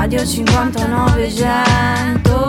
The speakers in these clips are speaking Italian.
Radio 5900.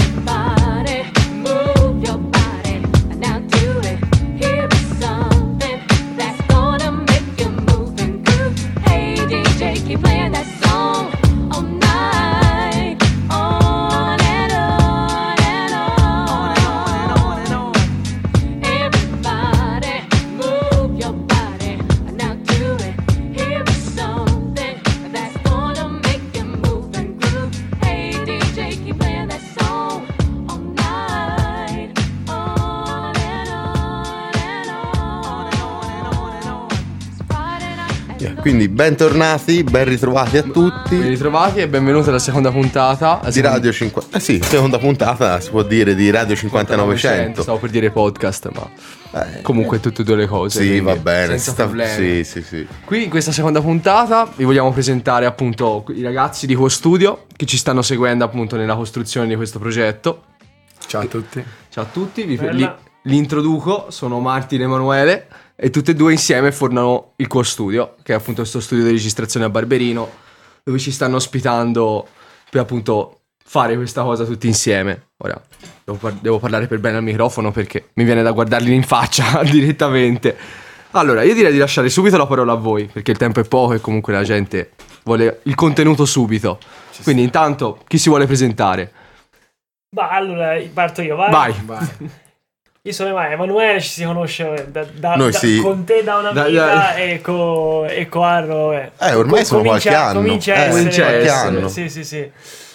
Quindi bentornati, ben ritrovati a tutti. Ben ritrovati e benvenuti alla seconda puntata di Radio 50. Sì, seconda puntata si può dire di Radio 5900. Stavo per dire podcast, ma comunque tutte e due le cose. Sì, va bene. Senza problemi. Sì. Qui in questa seconda puntata vi vogliamo presentare appunto i ragazzi di Quo Studio che ci stanno seguendo appunto nella costruzione di questo progetto. Ciao a tutti. Ciao a tutti, li introduco, sono Martin e Emanuele. E tutte e due insieme formano il Quo Studio, che è appunto questo studio di registrazione a Barberino, dove ci stanno ospitando per appunto fare questa cosa tutti insieme. Ora devo parlare per bene al microfono perché mi viene da guardarli in faccia direttamente. Allora, io direi di lasciare subito la parola a voi, perché il tempo è poco e comunque la gente vuole il contenuto subito. Quindi intanto, chi si vuole presentare? Bah, allora parto io, vai. Io sono Emanuele, ci si conosce con te da una vita e con Arro. Ormai sono qualche anno. Comincia a essere. Anno. Sì.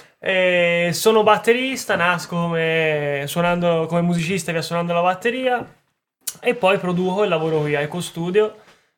Sono batterista, nasco suonando come musicista e suonando la batteria e poi produco e lavoro qui al Quo Studio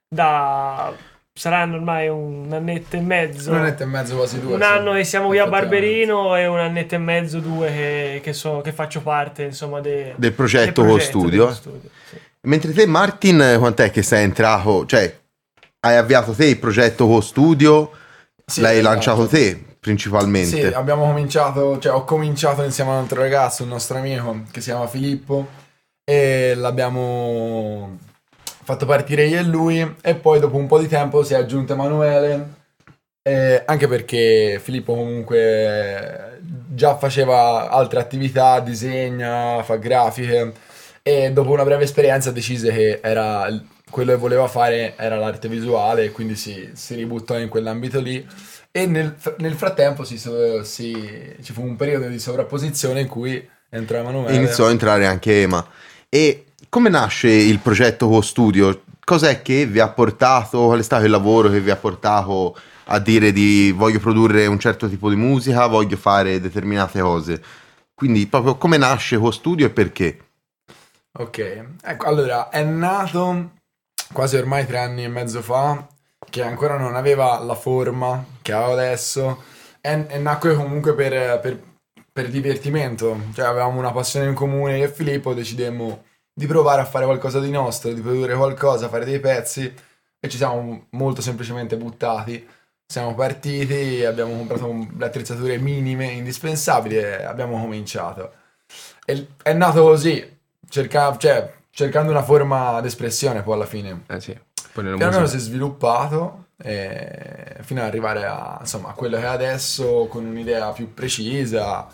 saranno ormai un annetto e mezzo. Un annetto e mezzo, quasi due. Un anno che siamo qui a Barberino e un annetto e mezzo, due che faccio parte, insomma, del progetto Quo Studio. Sì. Mentre te, Martin, quant'è che sei entrato? Cioè, hai avviato te il progetto Quo Studio? Sì, l'hai lanciato te, principalmente? Sì, abbiamo cominciato, ho cominciato insieme a un altro ragazzo, un nostro amico, che si chiama Filippo, e l'abbiamo fatto partire io e lui, e poi dopo un po' di tempo si è aggiunto Emanuele, anche perché Filippo comunque già faceva altre attività, disegna, fa grafiche, e dopo una breve esperienza decise che era quello che voleva fare era l'arte visuale, e quindi si ributtò in quell'ambito lì. E nel frattempo ci fu un periodo di sovrapposizione in cui entrò Emanuele. Iniziò a entrare anche Ema. E come nasce il progetto Quo Studio? Cos'è che vi ha portato, qual è stato il lavoro che vi ha portato a dire di voglio produrre un certo tipo di musica, voglio fare determinate cose? Quindi proprio come nasce Quo Studio e perché? Ok, ecco, allora è nato quasi ormai 3 anni e mezzo fa, che ancora non aveva la forma che ha adesso, e nacque comunque per divertimento, cioè avevamo una passione in comune, io e Filippo decidemmo di provare a fare qualcosa di nostro, di produrre qualcosa, fare dei pezzi, e ci siamo molto semplicemente buttati. Siamo partiti, abbiamo comprato le attrezzature minime, indispensabili, e abbiamo cominciato. E è nato così, cercando una forma d'espressione poi alla fine. Sì. Piano piano si è sviluppato fino ad arrivare a quello che è adesso, con un'idea più precisa.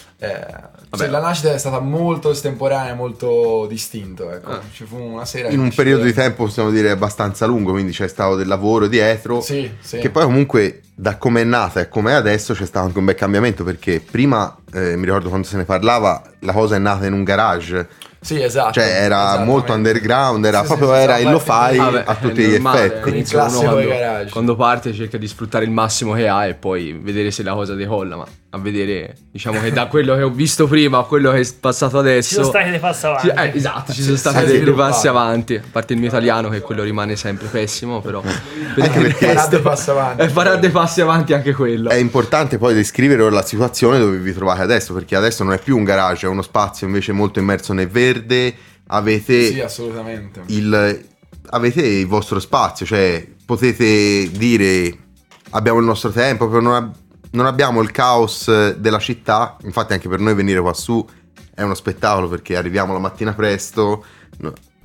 La nascita è stata molto estemporanea, molto distinto, ecco. Ci fu una sera in un periodo di tempo, possiamo dire, abbastanza lungo, quindi c'è stato del lavoro dietro, sì. Che poi comunque da come è nata e come è adesso c'è stato anche un bel cambiamento, perché prima mi ricordo quando se ne parlava, la cosa è nata in un garage. Sì, esatto. Cioè era molto underground, era il lo-fi a tutti gli effetti. Il classico garage. Quando parte cerca di sfruttare il massimo che ha e poi vedere se la cosa decolla, ma a vedere, diciamo che da quello che ho visto prima a quello che è passato adesso ci sono stati dei passi avanti. Esatto, ci sono stati dei passi avanti, a parte il mio italiano che quello rimane sempre pessimo, però farà dei passi avanti. Farà dei passi avanti anche quello. È importante poi descrivere la situazione dove vi trovate adesso, perché adesso non è più un garage, è uno spazio invece molto immerso nel verde. Avete sì, assolutamente. Avete il vostro spazio, cioè potete dire abbiamo il nostro tempo, non abbiamo il caos della città. Infatti anche per noi venire qua su è uno spettacolo, perché arriviamo la mattina presto,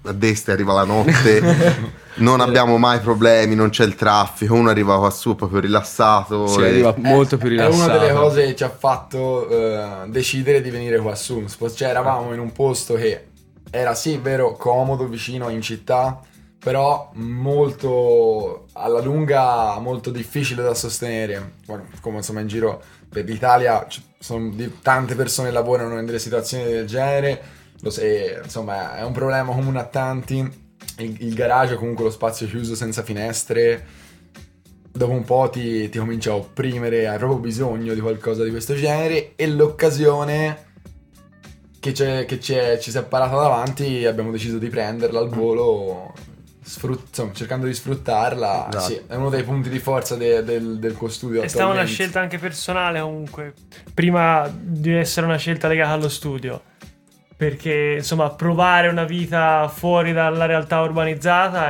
a destra arriva la notte, non abbiamo mai problemi, non c'è il traffico, uno arriva qua su proprio rilassato. Sì, arriva molto più rilassato. È una delle cose che ci ha fatto decidere di venire qua su. Cioè eravamo in un posto che era sì, vero, comodo, vicino in città, però molto alla lunga molto difficile da sostenere. Come insomma in giro per l'Italia tante persone lavorano in delle situazioni del genere, insomma è un problema comune a tanti. Il garage è comunque lo spazio chiuso senza finestre, dopo un po' ti comincia a opprimere, hai proprio bisogno di qualcosa di questo genere, e l'occasione che ci si è parata davanti abbiamo deciso di prenderla al volo, cercando di sfruttarla. Esatto. Sì, è uno dei punti di forza del co-studio. È stata una scelta anche personale comunque, prima di essere una scelta legata allo studio, perché insomma provare una vita fuori dalla realtà urbanizzata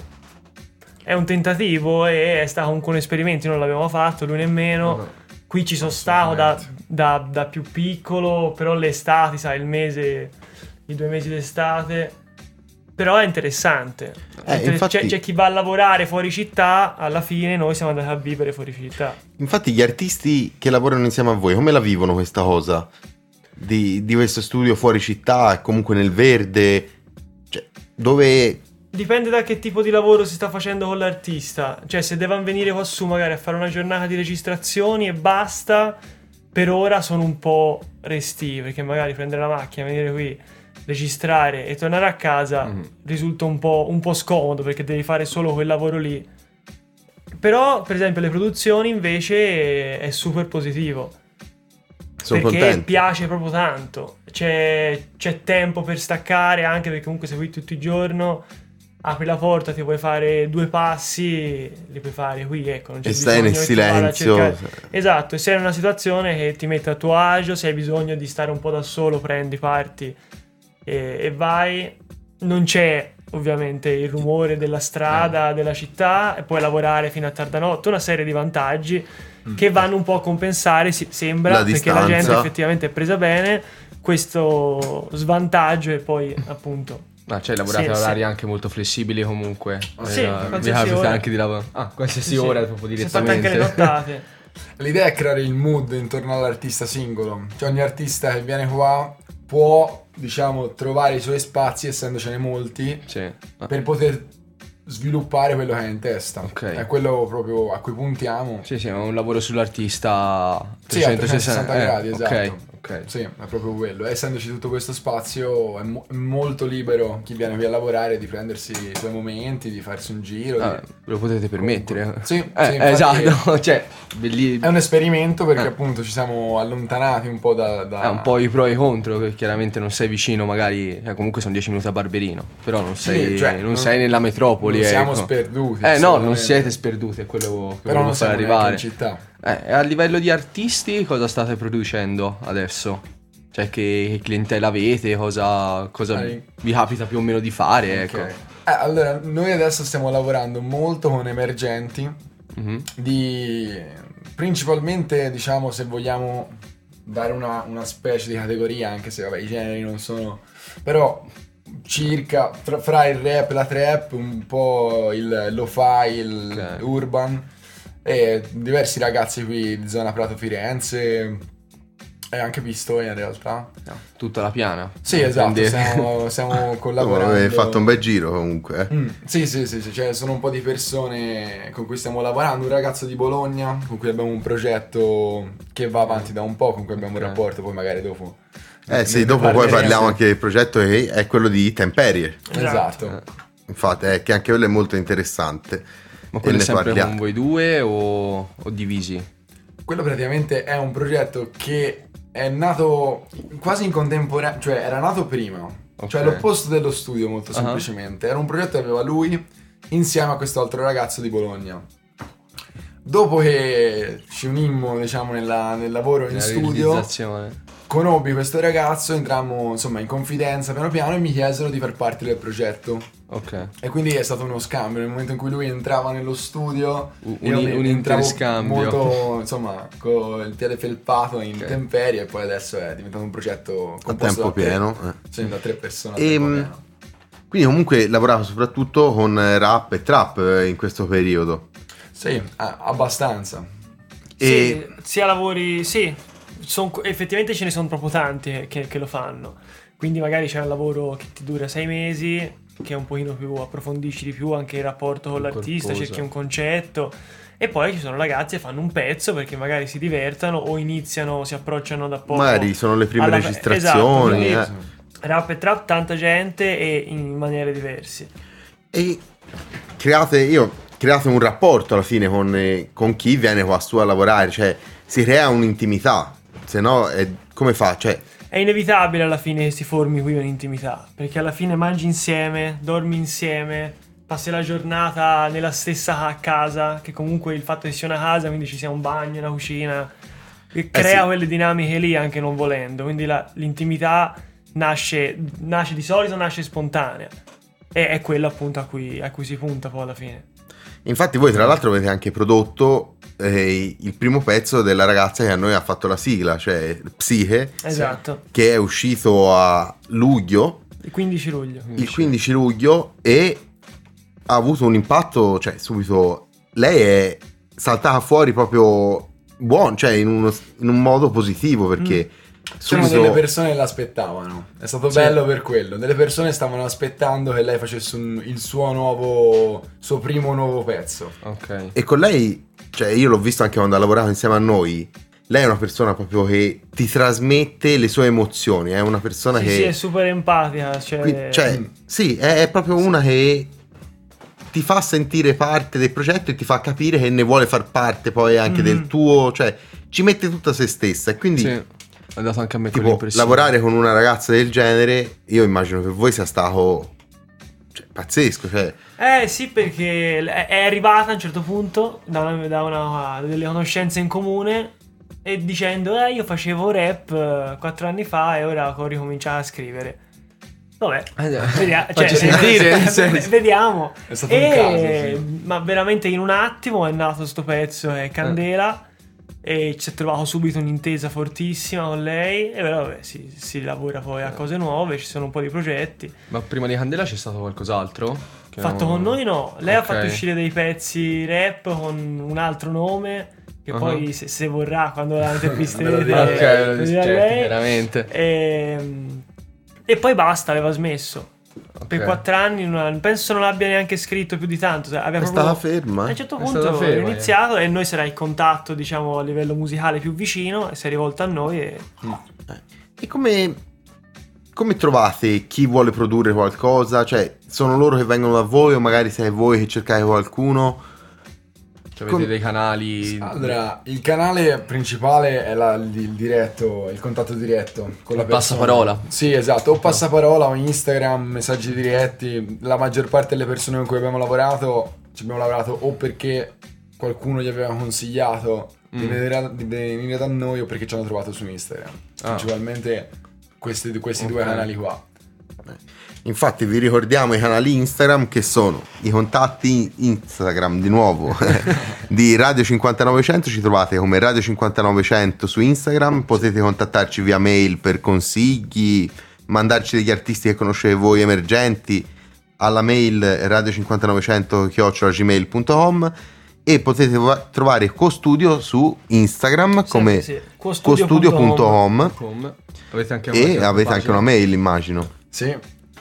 è un tentativo, e è stato comunque un esperimento. Non l'abbiamo fatto, lui nemmeno. Qui ci sono stato da più piccolo, però l'estate, sai, i 2 mesi d'estate, però è interessante. Infatti, c'è chi va a lavorare fuori città, alla fine noi siamo andati a vivere fuori città. Infatti gli artisti che lavorano insieme a voi, come la vivono questa cosa? Di questo studio fuori città e comunque nel verde, cioè, dove... Dipende da che tipo di lavoro si sta facendo con l'artista. Cioè, se devono venire qua su magari a fare una giornata di registrazioni e basta, per ora sono un po' resti, perché magari prendere la macchina, venire qui, registrare e tornare a casa risulta un po' scomodo, perché devi fare solo quel lavoro lì. Però, per esempio, le produzioni invece è super positivo. Sono perché contento. Piace proprio tanto, c'è tempo per staccare, anche perché comunque se vuoi tutto il giorno apri la porta, ti puoi fare 2 passi, li puoi fare qui, ecco, non c'è e bisogno stai nel che silenzio. Esatto, e sei in una situazione che ti mette a tuo agio, se hai bisogno di stare un po' da solo prendi, parti e vai. Non c'è ovviamente il rumore della strada, della città, e puoi lavorare fino a tarda notte, una serie di vantaggi che vanno un po' a compensare, sembra, la perché la gente effettivamente è presa bene questo svantaggio, e poi appunto cioè lavorate a orari anche molto flessibili comunque. Sì, mi capita anche di lavorare qualsiasi ora, proprio direttamente. Si è fatte anche le nottate. L'idea è creare il mood intorno all'artista singolo, cioè ogni artista che viene qua può, diciamo, trovare i suoi spazi, essendocene molti, per poter sviluppare quello che ha in testa. È quello proprio a cui puntiamo. Sì, è un lavoro sull'artista 360 gradi, esatto. Ok. Sì, è proprio quello. Essendoci tutto questo spazio, è molto libero chi viene qui a lavorare di prendersi i suoi momenti, di farsi un giro. Lo potete permettere. Sì, esatto. Cioè, è un esperimento, perché appunto ci siamo allontanati un po' da... un po' i pro e i contro, che chiaramente non sei vicino, magari comunque sono 10 minuti a Barberino, però non sei, sei nella metropoli. Non siamo sperduti. No, non siete sperduti, è quello che però non far arrivare in città. A livello di artisti, cosa state producendo adesso? Cioè, che clientela avete? Cosa vi capita più o meno di fare? Okay. Ecco. Allora, noi adesso stiamo lavorando molto con emergenti, principalmente, diciamo, se vogliamo dare una specie di categoria, anche se vabbè i generi non sono, però circa fra il rap e la trap, un po' il lo-fi, l'urban, e diversi ragazzi qui di zona Prato Firenze, e anche Pistoia in realtà. Tutta la piana. Sì, esatto, stiamo collaborando. Avete fatto un bel giro comunque. Sì, cioè sono un po' di persone con cui stiamo lavorando, un ragazzo di Bologna con cui abbiamo un progetto che va avanti da un po', con cui abbiamo un rapporto, poi magari dopo... dopo poi parliamo anche del progetto che è quello di Temperie. Esatto. Infatti che anche quello è molto interessante. Ma quello è sempre con voi due o divisi? Quello praticamente è un progetto che è nato quasi in contemporanea, cioè era nato prima, cioè l'opposto dello studio, molto semplicemente. Era un progetto che aveva lui insieme a questo altro ragazzo di Bologna. Dopo che ci unimmo, diciamo, nel lavoro in studio, conobbi questo ragazzo, entrammo insomma in confidenza piano piano e mi chiesero di far parte del progetto. E quindi è stato uno scambio. Nel momento in cui lui entrava nello studio, un interscambio molto, insomma, con il piede felpato in Temperie, e poi adesso è diventato un progetto a tempo pieno. Sì, da 3 persone a tempo pieno. Quindi comunque lavoravo soprattutto con rap e trap in questo periodo. Sì, abbastanza. E Sì, sia lavori, sì, effettivamente ce ne sono proprio tanti che lo fanno. Quindi magari c'è un lavoro che ti dura 6 mesi, che un pochino più approfondisci di più anche il rapporto con l'artista, Corposo. cerchi un concetto. E poi ci sono ragazzi che fanno un pezzo perché magari si divertano o iniziano, si approcciano da poco. magari sono le prime alla- registrazioni. esatto, quindi rap e trap, tanta gente e in maniere diverse. E create un rapporto alla fine con chi viene qua su a lavorare, cioè si crea un'intimità, se no come fa? Cioè, È inevitabile alla fine che si formi qui un'intimità, perché alla fine mangi insieme, dormi insieme, passi la giornata nella stessa casa, che comunque il fatto che sia una casa, quindi ci sia un bagno, una cucina, che crea sì. quelle dinamiche lì anche non volendo, quindi l'intimità nasce di solito, nasce spontanea, e è quella appunto a cui si punta poi alla fine. infatti voi tra l'altro avete anche prodotto il primo pezzo della ragazza che a noi ha fatto la sigla, cioè Psiche, Esatto, che è uscito a luglio, il 15 luglio. il 15 luglio, e ha avuto un impatto, cioè subito lei è saltata fuori proprio buono, cioè in un modo positivo, perché C'erano subito delle persone che l'aspettavano. È stato bello per quello. Delle persone stavano aspettando che lei facesse il suo primo nuovo pezzo. Ok. e con lei, cioè io l'ho visto anche quando ha lavorato insieme a noi, lei è una persona proprio che ti trasmette le sue emozioni, è una persona Sì, che sì, è super empatica, sì, è proprio una che ti fa sentire parte del progetto e ti fa capire che ne vuole far parte poi anche del tuo, cioè ci mette tutta se stessa, e quindi Sì, ha dato anche a me tipo quell'impressione. lavorare con una ragazza del genere, io immagino che voi sia stato, cioè, pazzesco, cioè Sì, perché è arrivata a un certo punto da delle conoscenze in comune e dicendo io facevo rap 4 anni fa e ora ho ricominciato a scrivere. Vabbè, Facci sentire, nel senso. vediamo. È stato un caso, sì. Ma veramente in un attimo è nato sto pezzo, è Candela, e ci ha trovato subito un'intesa fortissima con lei, e vabbè, si lavora poi a cose nuove, ci sono un po' di progetti. Ma prima di Candela c'è stato qualcos'altro? Che Fatto non- con noi no, lei ha Ok. fatto uscire dei pezzi rap con un altro nome che poi se vorrà quando la intervisterete dirà Ok, lei. lo lo dice, dirà certo, lei. veramente. E poi basta, aveva smesso. Ok. Per 4 anni penso non abbia neanche scritto più di tanto, cioè, aveva è proprio- stata ferma. a un certo È punto stata è ferma, iniziato e noi si era in contatto, diciamo, a livello musicale più vicino, e si è rivolta a noi e E come trovate chi vuole produrre qualcosa? Cioè, sono loro che vengono da voi o magari siete voi che cercate qualcuno? Cioè, avete Com- dei canali. Allora, il canale principale è il diretto, il contatto diretto con la Il persona. passaparola. Sì, esatto, o passaparola o Instagram, messaggi diretti. La maggior parte delle persone con cui ci abbiamo lavorato o perché qualcuno gli aveva consigliato di venire da noi o perché ci hanno trovato su Instagram. Principalmente questi due canali qua. Infatti vi ricordiamo i canali Instagram, che sono i contatti Instagram di nuovo di Radio 5900, ci trovate come Radio 5900 su Instagram, potete contattarci via mail per consigli, mandarci degli artisti che conoscete voi emergenti alla mail radio5900@gmail.com, e potete trovare CoStudio su Instagram come sì, costudio.com, Avete anche e avete anche una mail, immagino. Sì,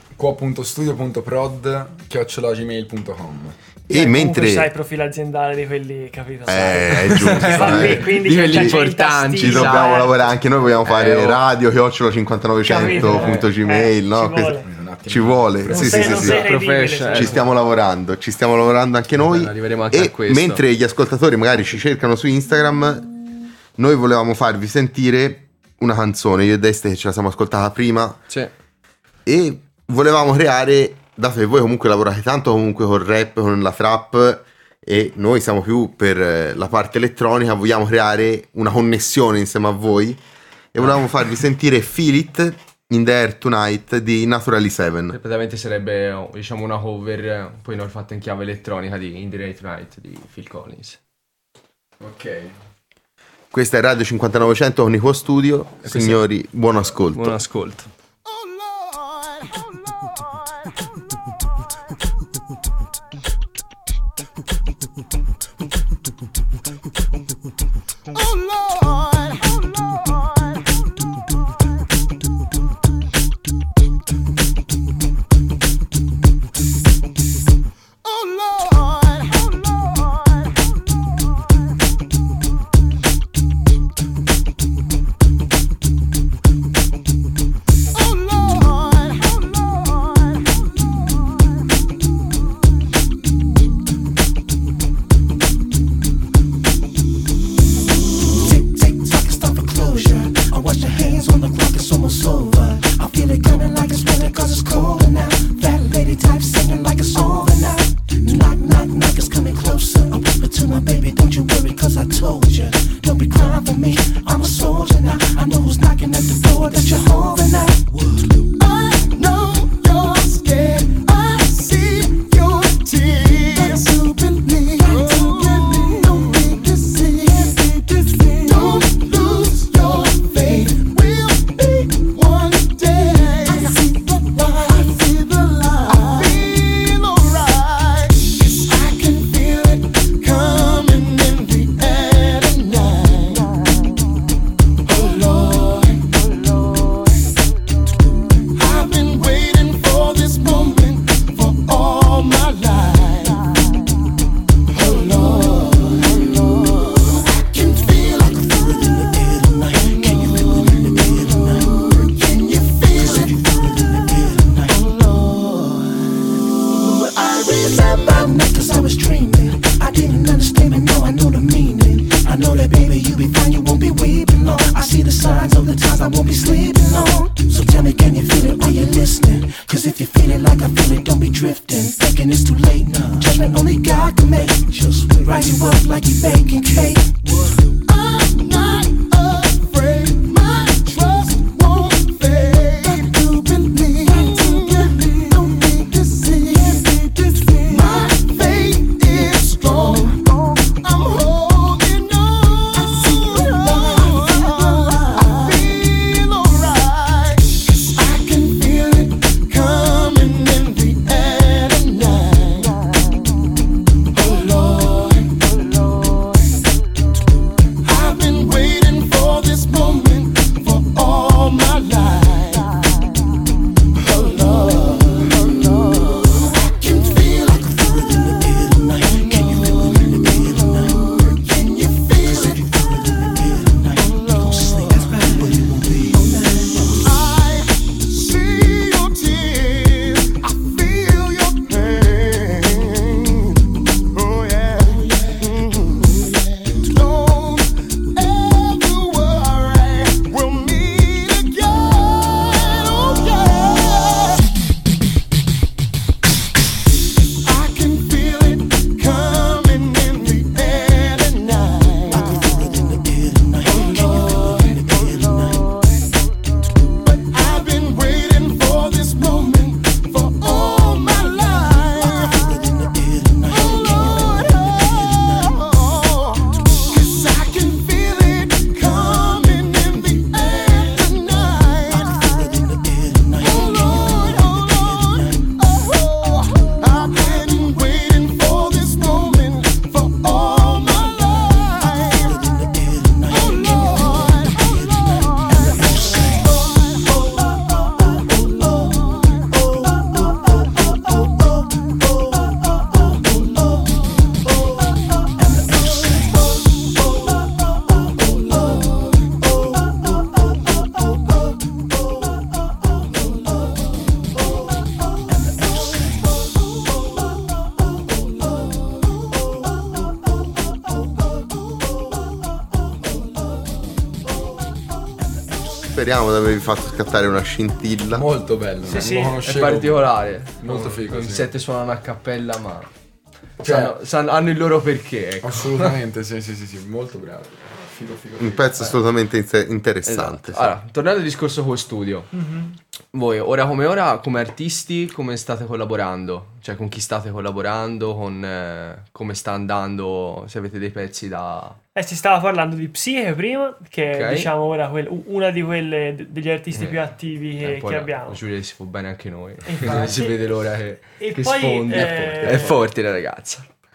qua.studio.prod@gmail.com. E mentre sai il profilo aziendale di quelli, capito? è giusto, Fa lì, quindi Di c'è quelli già importanti, ci il tastino, dobbiamo lavorare anche noi, vogliamo fare oh. radio @5900.gmail, no? ci vuole. Ci vuole, Non sì, sei- sì, non sì, sei sì. credibile, Professional. sì. Ci stiamo lavorando anche noi. Arriveremo anche E a questo. mentre gli ascoltatori magari ci cercano su Instagram, noi volevamo farvi sentire una canzone, io e Deste, che ce la siamo ascoltata prima, Sì. e volevamo creare, dato che voi comunque lavorate tanto comunque con il rap, con la trap, e noi siamo più per la parte elettronica, vogliamo creare una connessione insieme a voi e volevamo farvi sentire Feel It in the Air Tonight di Naturally Seven. Praticamente sarebbe, diciamo, una cover, poi noi fatta in chiave elettronica di In the Night Night di Phil Collins. Ok. Questa è Radio 5900 con Nico Studio. Signori, buon ascolto. Buon ascolto. Oh Lord, oh Lord. Speriamo di avervi fatto scattare una scintilla. Molto bello, Sì, non sì, lo è conoscevo. È particolare. Molto figo, I sì. 7 suonano a cappella, ma Cioè- hanno il loro perché, ecco. Assolutamente, sì, molto bravo. Figo. Un pezzo assolutamente interessante. Esatto. Allora, tornando al discorso con studio, voi ora come artisti, come state collaborando? Cioè, con chi state collaborando? Con come sta andando? Se avete dei pezzi da... Si stava parlando di Psiche prima, che è Ok. diciamo ora una di quelle degli artisti più attivi che poi abbiamo. Giulia si può bene anche noi. Infatti. Non si vede l'ora che E poi, sfondi. È forte la ragazza.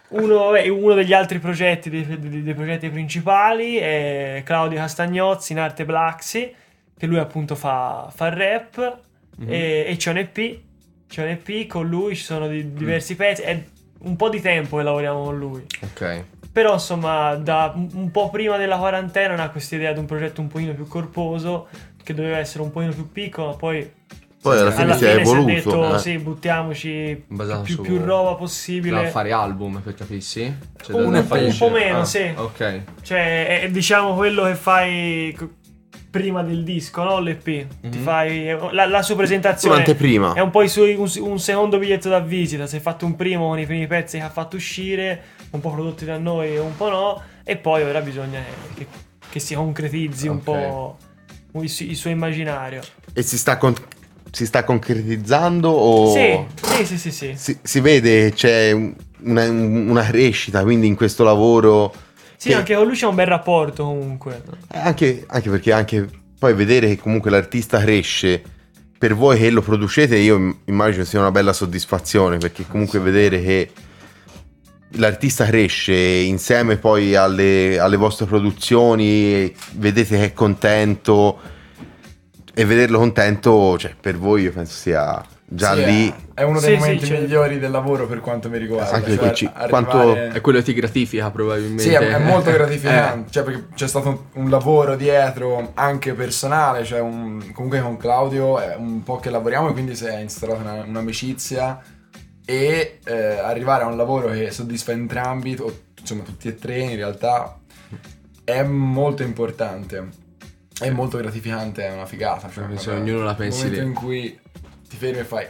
uno degli altri progetti, dei progetti principali, è Claudio Castagnozzi in arte Blaxi, che lui appunto fa rap, e c'è un EP con lui, ci sono diversi pezzi, è un po' di tempo che lavoriamo con lui. Ok. Però insomma, da un po' prima della quarantena era questa idea di un progetto un pochino più corposo, che doveva essere un pochino più piccolo, poi alla fine si è evoluto. Si è detto sì, buttiamoci più roba possibile. Da fare album, per capirsi? Cioè, un po' meno, sì. Ok. Cioè è diciamo quello che fai prima del disco, no? L'EP. Ti fai la sua presentazione. Un'anteprima. È un po' un secondo biglietto da visita. Si è fatto un primo con i primi pezzi che ha fatto uscire, un po' prodotti da noi e un po' no. E poi ora bisogna che si concretizzi un po' il suo immaginario. E si sta concretizzando o... Sì. Si vede c'è una crescita quindi in questo lavoro. Sì, anche con lui c'è un bel rapporto comunque. Anche perché anche poi vedere che comunque l'artista cresce, per voi che lo producete, io immagino sia una bella soddisfazione, perché comunque vedere che l'artista cresce insieme poi alle vostre produzioni, vedete che è contento, e vederlo contento, cioè per voi io penso sia già lì. È uno dei momenti migliori del lavoro per quanto mi riguarda. Anche cioè, quanto è quello che ti gratifica probabilmente. Sì, è molto gratificante. Cioè, perché c'è stato un lavoro dietro anche personale. Cioè, comunque con Claudio è un po' che lavoriamo e quindi si è instaurata un'amicizia. E arrivare a un lavoro che soddisfa entrambi, insomma tutti e tre in realtà, è molto importante. È molto gratificante, è una figata. Cioè, se ognuno la pensi lì. Il momento in cui ti fermi e fai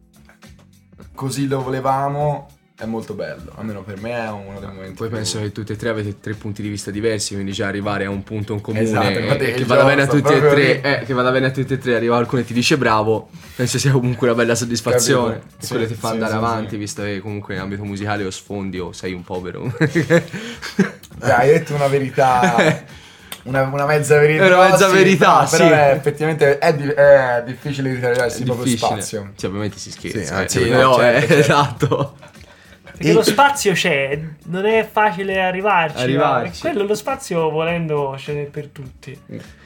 così lo volevamo, è molto bello. Almeno per me è uno dei momenti. Poi penso che tutti e tre avete 3 punti di vista diversi, quindi già arrivare a un punto in comune, esatto, che vada bene a tutti e tre, che vada bene a tutti e tre, arriva qualcuno e ti dice bravo, penso sia comunque una bella soddisfazione. Capito. E quello ti fa andare avanti, visto che comunque in ambito musicale o sfondi o sei un povero. Hai detto una verità. Una mezza verità. È una mezza verità, sì. Però effettivamente è difficile ritagliarsi il proprio spazio. Sì, ovviamente si scherza. Sì, certo. Esatto. Perché lo spazio c'è, non è facile arrivarci. Quello lo spazio volendo ce n'è per tutti.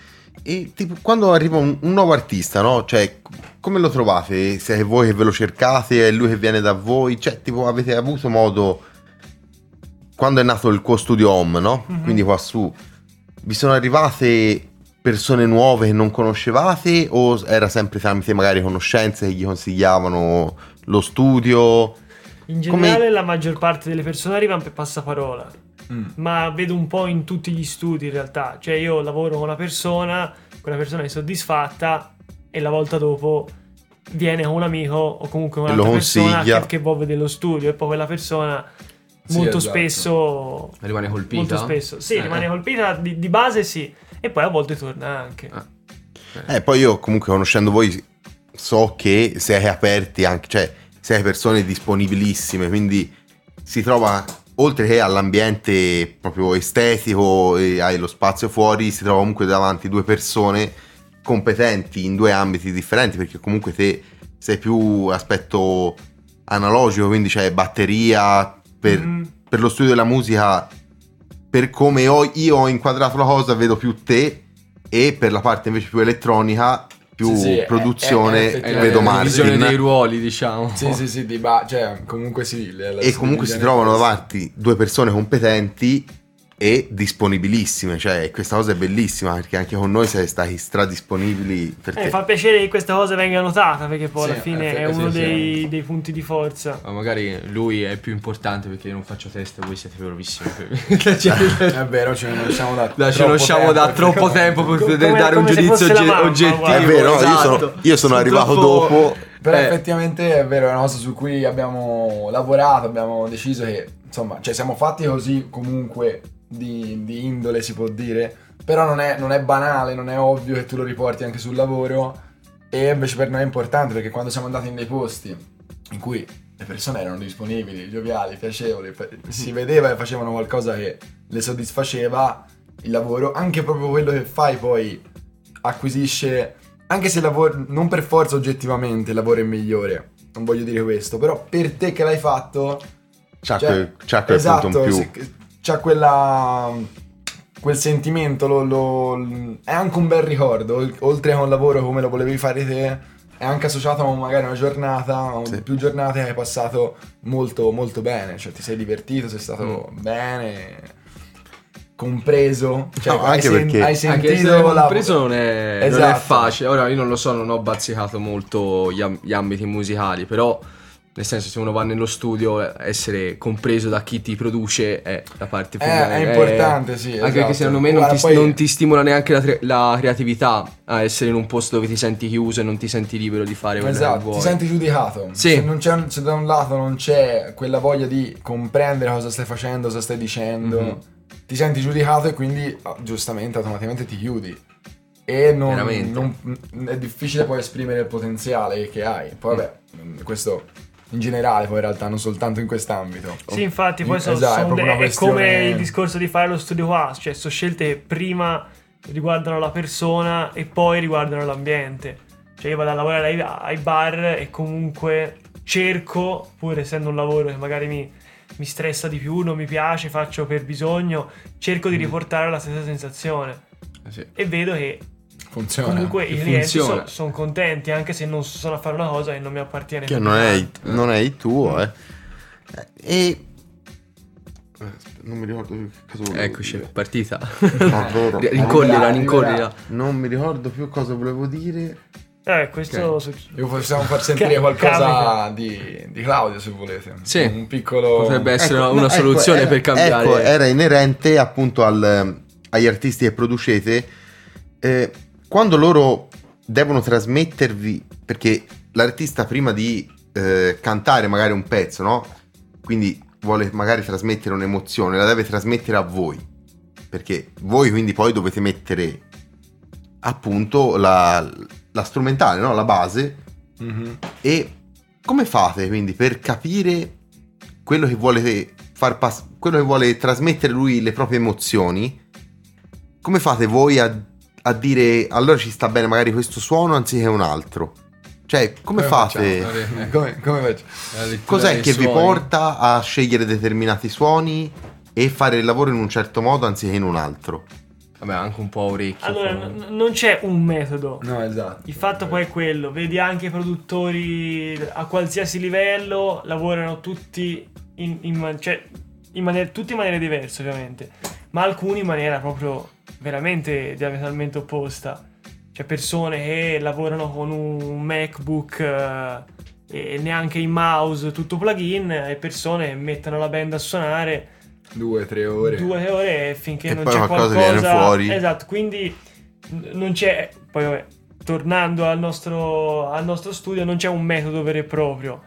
E tipo quando arriva un nuovo artista, no? Cioè, come lo trovate? Se è voi che ve lo cercate, è lui che viene da voi? Cioè, tipo, avete avuto modo, quando è nato il Quo Studio Home, no? Quindi qua su vi sono arrivate persone nuove che non conoscevate, o era sempre tramite magari conoscenze che gli consigliavano lo studio? In generale la maggior parte delle persone arrivano per passaparola, ma vedo un po' in tutti gli studi in realtà. Cioè io lavoro con una persona, quella persona è soddisfatta e la volta dopo viene con un amico o comunque un'altra persona che vuole vedere lo studio, e poi quella persona molto spesso rimane colpita. Molto spesso rimane colpita di base, sì, e poi a volte torna anche. Poi io comunque, conoscendo voi, so che siete aperti anche, cioè siete persone disponibilissime, quindi si trova, oltre che all'ambiente proprio estetico e hai lo spazio fuori, si trova comunque davanti 2 persone competenti in 2 ambiti differenti, perché comunque te sei più aspetto analogico, quindi c'è batteria. Per lo studio della musica, per come io ho inquadrato la cosa, vedo più te, e per la parte invece più elettronica, più produzione, vedo Martin. La visione dei ruoli, diciamo. Sì, cioè comunque sì. E comunque si trovano davanti 2 persone competenti e disponibilissime, cioè questa cosa è bellissima, perché anche con noi siete stati stradisponibili. Fa piacere che questa cosa venga notata, perché poi alla fine è uno dei punti di forza. Ma magari lui è più importante perché io non faccio test e voi siete bravissimi. È vero, ce ne conosciamo da troppo tempo per poter dare un giudizio oggettivo. È vero, esatto. io sono arrivato dopo. Però effettivamente è vero, è una cosa su cui abbiamo lavorato, abbiamo deciso che insomma, cioè siamo fatti così comunque di indole, si può dire, però non è banale, non è ovvio che tu lo riporti anche sul lavoro, e invece per noi è importante, perché quando siamo andati in dei posti in cui le persone erano disponibili, gioviali, piacevoli, si vedeva che facevano qualcosa che le soddisfaceva, il lavoro, anche proprio quello che fai poi acquisisce, anche se il lavoro, non per forza oggettivamente il lavoro è migliore, non voglio dire questo, però per te che l'hai fatto c'ha quel punto esatto, in più. C'ha quel sentimento, è anche un bel ricordo, oltre a un lavoro come lo volevi fare te, è anche associato a magari una giornata, più giornate che hai passato molto molto bene, cioè ti sei divertito, sei stato bene, compreso, cioè no, anche perché hai sentito anche compreso non è facile. Ora io non lo so, non ho bazzicato molto gli ambiti musicali, però nel senso, se uno va nello studio, essere compreso da chi ti produce è la parte fondamentale. È importante, sì. Anche esatto. perché secondo me non ti stimola neanche la creatività a essere in un posto dove ti senti chiuso e non ti senti libero di fare quello che vuoi. Ti senti giudicato. Sì. Se da un lato non c'è quella voglia di comprendere cosa stai facendo, cosa stai dicendo, ti senti giudicato e quindi giustamente automaticamente ti chiudi. E è difficile poi esprimere il potenziale che hai. Poi vabbè, questo in generale, poi in realtà non soltanto in quest'ambito. Sì, infatti, poi è come il discorso di fare lo studio qua, cioè sono scelte che prima riguardano la persona e poi riguardano l'ambiente. Cioè io vado a lavorare ai bar e comunque cerco, pur essendo un lavoro che magari mi stressa di più, non mi piace, faccio per bisogno, cerco di riportare la stessa sensazione. Sì. E vedo che funziona. Comunque i clienti sono contenti, anche se non sono a fare una cosa che non mi appartiene. Che non è il tuo, E non mi ricordo più che cosa volevo Eccoci, dire. Partita. Vero. Rincorrila. Non mi ricordo più cosa volevo dire. Questo Io possiamo far sentire qualcosa di Claudio, se volete. Sì. Un piccolo potrebbe essere una soluzione per cambiare. Ecco, era inerente appunto agli artisti che producete. Quando loro devono trasmettervi, perché l'artista prima di cantare magari un pezzo, no? Quindi vuole magari trasmettere un'emozione, la deve trasmettere a voi, perché voi quindi poi dovete mettere appunto la strumentale, no? La base. E come fate quindi per capire quello che vuole quello che vuole trasmettere lui, le proprie emozioni? Come fate voi a dire allora ci sta bene magari questo suono anziché un altro? Cioè come fate? Come faccio? Cos'è che vi porta a scegliere determinati suoni e fare il lavoro in un certo modo anziché in un altro? Vabbè, anche un po' orecchio. Allora, non c'è un metodo. No, esatto. Il fatto poi è quello, vedi anche i produttori a qualsiasi livello lavorano tutti tutti in maniera diversa, ovviamente, ma alcuni in maniera proprio veramente diametralmente opposta. C'è persone che lavorano con un MacBook e neanche in mouse, tutto plugin, e persone che mettono la band a suonare 2-3 ore finché e non poi c'è qualcosa viene fuori. Esatto, quindi non c'è, poi vabbè, tornando al nostro studio, non c'è un metodo vero e proprio.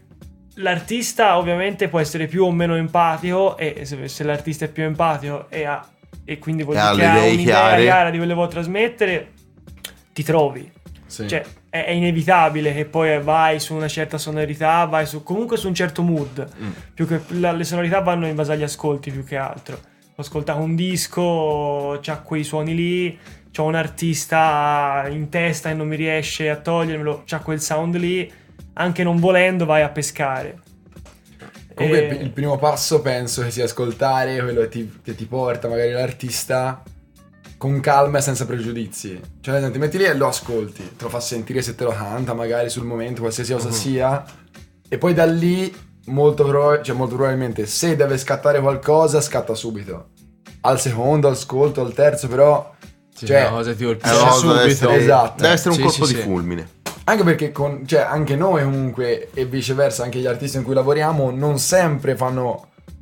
L'artista ovviamente può essere più o meno empatico, e se l'artista è più empatico e quindi vuol dire che ha un'idea chiara di quello che vuole trasmettere, ti trovi. Sì. Cioè è inevitabile che poi vai su una certa sonorità, vai comunque su un certo mood. Più che le sonorità vanno in base agli ascolti più che altro. Ho ascoltato un disco, c'ha quei suoni lì, c'ho un artista in testa e non mi riesce a togliermelo, c'ha quel sound lì, anche non volendo vai a pescare. Comunque il primo passo penso che sia ascoltare quello che ti porta magari l'artista con calma e senza pregiudizi. Cioè, ad esempio, ti metti lì e lo ascolti, te lo fa sentire se te lo canta magari sul momento, qualsiasi cosa sia, e poi da lì molto probabilmente se deve scattare qualcosa scatta subito, al secondo ascolto, al terzo, però una cosa ti colpisce subito. Esatto. Deve essere un colpo di fulmine. Anche perché anche noi comunque, e viceversa anche gli artisti in cui lavoriamo, non sempre fanno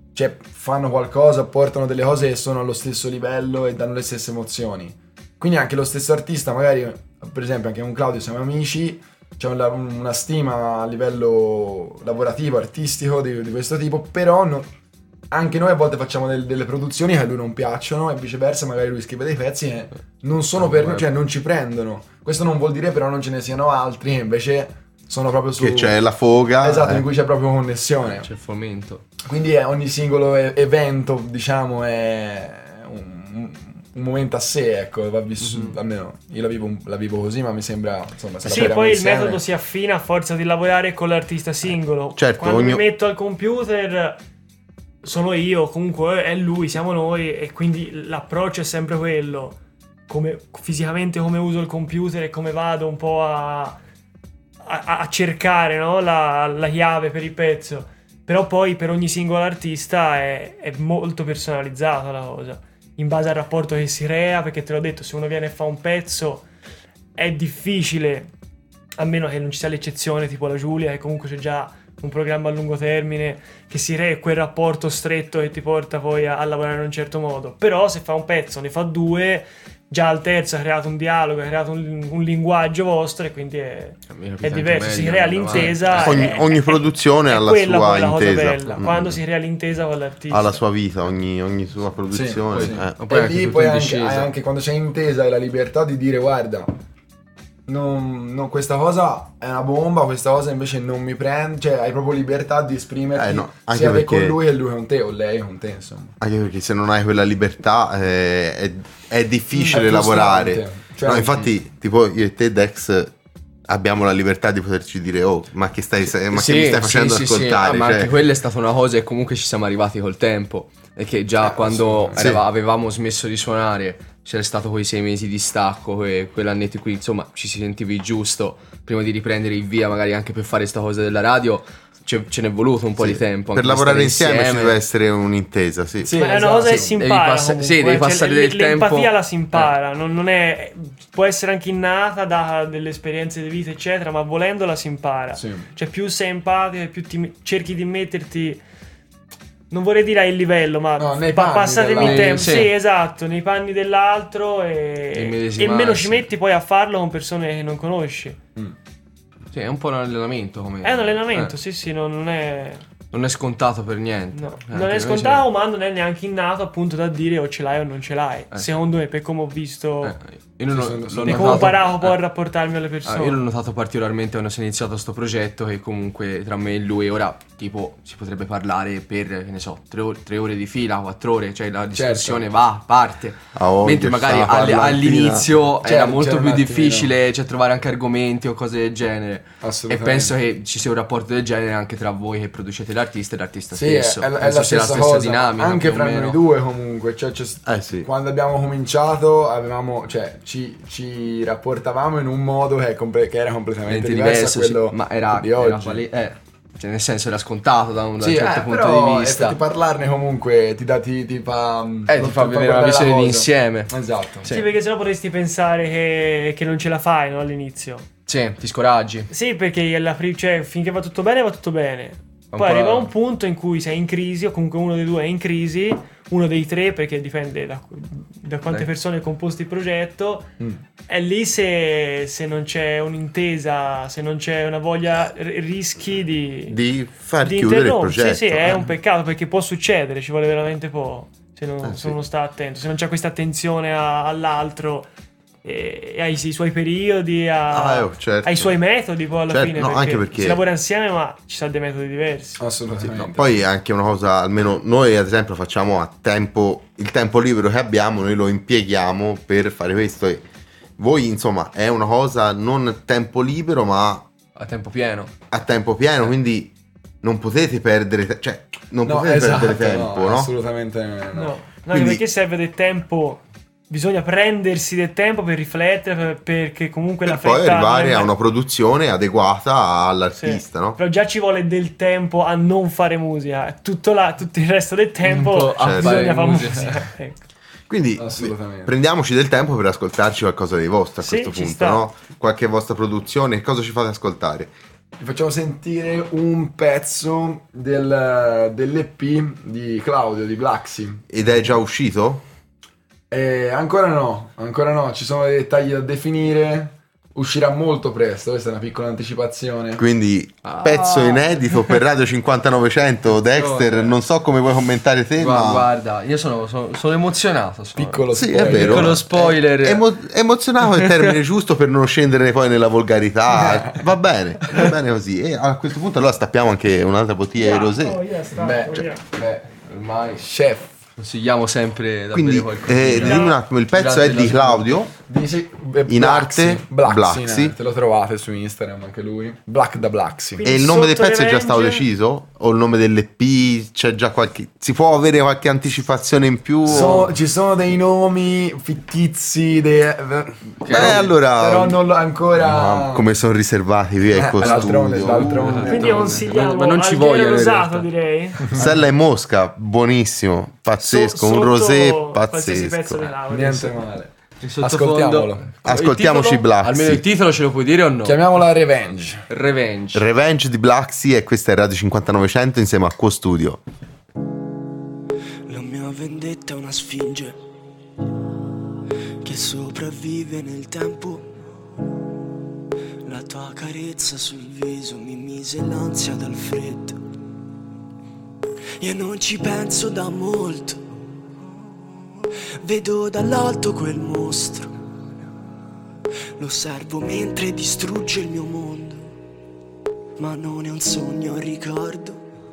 qualcosa, portano delle cose che sono allo stesso livello e danno le stesse emozioni. Quindi anche lo stesso artista, magari per esempio anche con Claudio siamo amici, c'è una stima a livello lavorativo, artistico di questo tipo, però anche noi a volte facciamo delle produzioni che a lui non piacciono e viceversa, magari lui scrive dei pezzi che non sono per noi, cioè non ci prendono. Questo non vuol dire però non ce ne siano altri che invece sono proprio su... Che c'è la foga. Esatto, in cui c'è proprio connessione. C'è il fomento. Quindi ogni singolo evento, diciamo, è un momento a sé, ecco, va vissuto, almeno io la vivo così, ma mi sembra, insomma, se sì, poi il metodo si affina a forza di lavorare con l'artista singolo. Certo, quando mi metto al computer sono io, comunque è lui, siamo noi, e quindi l'approccio è sempre quello, come fisicamente come uso il computer e come vado un po' a cercare, no? la chiave per il pezzo. Però poi per ogni singolo artista è molto personalizzata la cosa, in base al rapporto che si crea, perché te l'ho detto, se uno viene e fa un pezzo è difficile, a meno che non ci sia l'eccezione tipo la Giulia, che comunque c'è già un programma a lungo termine, che si crea quel rapporto stretto che ti porta poi a lavorare in un certo modo. Però se fa un pezzo, ne fa 2, già al terzo ha creato un dialogo, ha creato un linguaggio vostro, e quindi è diverso, si crea l'intesa. Ogni produzione ha la sua intesa. Quando si crea l'intesa con l'artista, ha la sua vita, ogni sua produzione. Sì. E lì poi anche quando c'è intesa hai la libertà di dire guarda, non, questa cosa è una bomba, questa cosa invece non mi prende, cioè hai proprio libertà di esprimerti sia perché con lui e lui con te, o lei con te, insomma. Anche perché se non hai quella libertà è difficile lavorare. Cioè, no, infatti tipo io e te Dex abbiamo la libertà di poterci dire ma che mi stai facendo ascoltare? Ma anche quella è stata una cosa, e comunque ci siamo arrivati col tempo, e che già quando avevamo smesso di suonare c'era stato quei 6 mesi di stacco, quell'annetto in cui insomma ci si sentivi giusto prima di riprendere il via, magari anche per fare sta cosa della radio. Ce n'è voluto un po' di tempo per lavorare insieme ci deve essere un'intesa. Ma è una cosa che si impara, devi passare del tempo. L'empatia la si impara, non è, può essere anche innata da delle esperienze di vita eccetera, ma volendola si impara. Cioè più sei empatico e più cerchi di metterti, non vorrei dire a il livello, ma passatemi il tempo, sì, esatto, nei panni dell'altro, e meno ci metti poi a farlo con persone che non conosci. Sì, è un po' un allenamento. È un allenamento, sì, non è scontato per niente. No, non è scontato, ma non è neanche innato appunto da dire o ce l'hai o non ce l'hai. Secondo me, per come ho visto, io come ho imparato un po' a rapportarmi alle persone. Io l'ho notato particolarmente quando si è iniziato sto progetto, che comunque tra me e lui ora tipo si potrebbe parlare per, che ne so, 3 ore di fila, 4 ore, cioè la discussione parte. Mentre magari all'inizio era molto più difficile, cioè trovare anche argomenti o cose del genere. E penso che ci sia un rapporto del genere anche tra voi che producete l'artista e l'artista stesso. È la stessa cosa, dinamica, anche fra noi due comunque, cioè, quando abbiamo cominciato avevamo, cioè ci rapportavamo in un modo che era completamente diverso da quello ma era di oggi. Cioè nel senso era scontato da un certo punto di vista. Però parlarne comunque ti fa vedere una visione di insieme. Esatto. Sì, perché sennò potresti pensare che non ce la fai, no, all'inizio. Sì, ti scoraggi. Sì, perché cioè, finché va tutto bene, va tutto bene. Poi arriva un punto in cui sei in crisi, o comunque uno dei due è in crisi, uno dei tre, perché dipende da quante persone è composto il progetto. E lì se non c'è un'intesa, se non c'è una voglia, rischi di far chiudere il progetto. Sì, è un peccato, perché può succedere, ci vuole veramente poco se uno sta attento, se non c'è questa attenzione all'altro. E ai suoi periodi, ai suoi metodi poi alla fine, anche perché si lavora insieme, ma ci sono dei metodi diversi. Assolutamente. Poi anche una cosa, almeno noi ad esempio facciamo a tempo, il tempo libero che abbiamo noi lo impieghiamo per fare questo, e voi insomma è una cosa non tempo libero ma a tempo pieno, quindi non potete perdere perdere tempo, no? Assolutamente no. Quindi, perché serve del tempo. Bisogna prendersi del tempo per riflettere, perché comunque la fretta poi arrivare a una produzione adeguata all'artista, no? Però già ci vuole del tempo a non fare musica, tutto il resto del tempo bisogna fare musica. Ecco. Quindi prendiamoci del tempo per ascoltarci qualcosa di vostro a questo punto, no? Qualche vostra produzione, cosa ci fate ascoltare? Vi facciamo sentire un pezzo dell'EP di Claudio, di Blaxi. Ed è già uscito? Ancora no, ci sono dei dettagli da definire, uscirà molto presto, questa è una piccola anticipazione. Quindi pezzo inedito per Radio 5900, Dexter, non so come vuoi commentare te, ma... Guarda, io sono emozionato. Piccolo spoiler. È vero. Piccolo spoiler. Emozionato è il termine giusto per non scendere poi nella volgarità. Va bene così. E a questo punto allora stappiamo anche un'altra bottiglia di rosé. Ormai chef. Consigliamo sempre da quindi bere qualcosa. un attimo, il pezzo è di Claudio In arte Blacksy, te lo trovate su Instagram anche lui. Black da Blacksy. E il nome del pezzo è già stato Revenge. deciso? O il nome dell'EP? C'è già qualche... Si può avere qualche anticipazione in più? Ci sono dei nomi fittizi, allora... però non lo ancora... Ma come sono riservati via il costudio. D'altronde. Quindi consigliamo Ma non ci Alghero vogliono, in rosato, realtà. direi. Sella e Mosca, buonissimo, pazzesco, un Sotto rosé qualsiasi pezzo pazzesco. di Laura. Niente male. In sottofondo- Ascoltiamolo. Ascoltiamoci Il titolo? Blacksy. Almeno il titolo ce lo puoi dire o no? Chiamiamola Revenge. Revenge. Revenge di Blacksy, e questa è Radio 5900 insieme a Quo Studio. La mia vendetta è una sfinge che sopravvive nel tempo. La tua carezza sul viso mi mise l'ansia dal freddo. Io non ci penso da molto. Vedo dall'alto quel mostro. Lo osservo mentre distrugge il mio mondo. Ma non è un sogno, è un ricordo.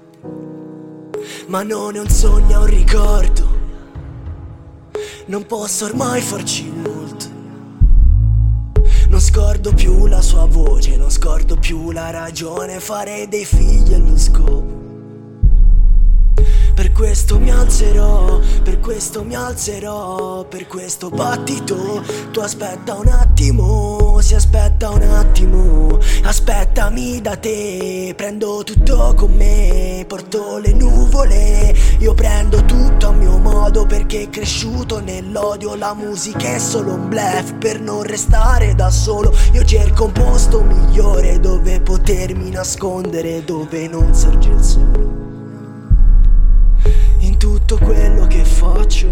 Ma non è un sogno, è un ricordo. Non posso ormai farci molto. Non scordo più la sua voce, non scordo più la ragione. Farei dei figli allo scopo. Per questo mi alzerò, per questo mi alzerò, per questo battito. Tu aspetta un attimo, si aspetta un attimo. Aspettami da te, prendo tutto con me. Porto le nuvole, io prendo tutto a mio modo. Perché cresciuto nell'odio, la musica è solo un bluff. Per non restare da solo, io cerco un posto migliore dove potermi nascondere, dove non sorge il sole. In tutto quello che faccio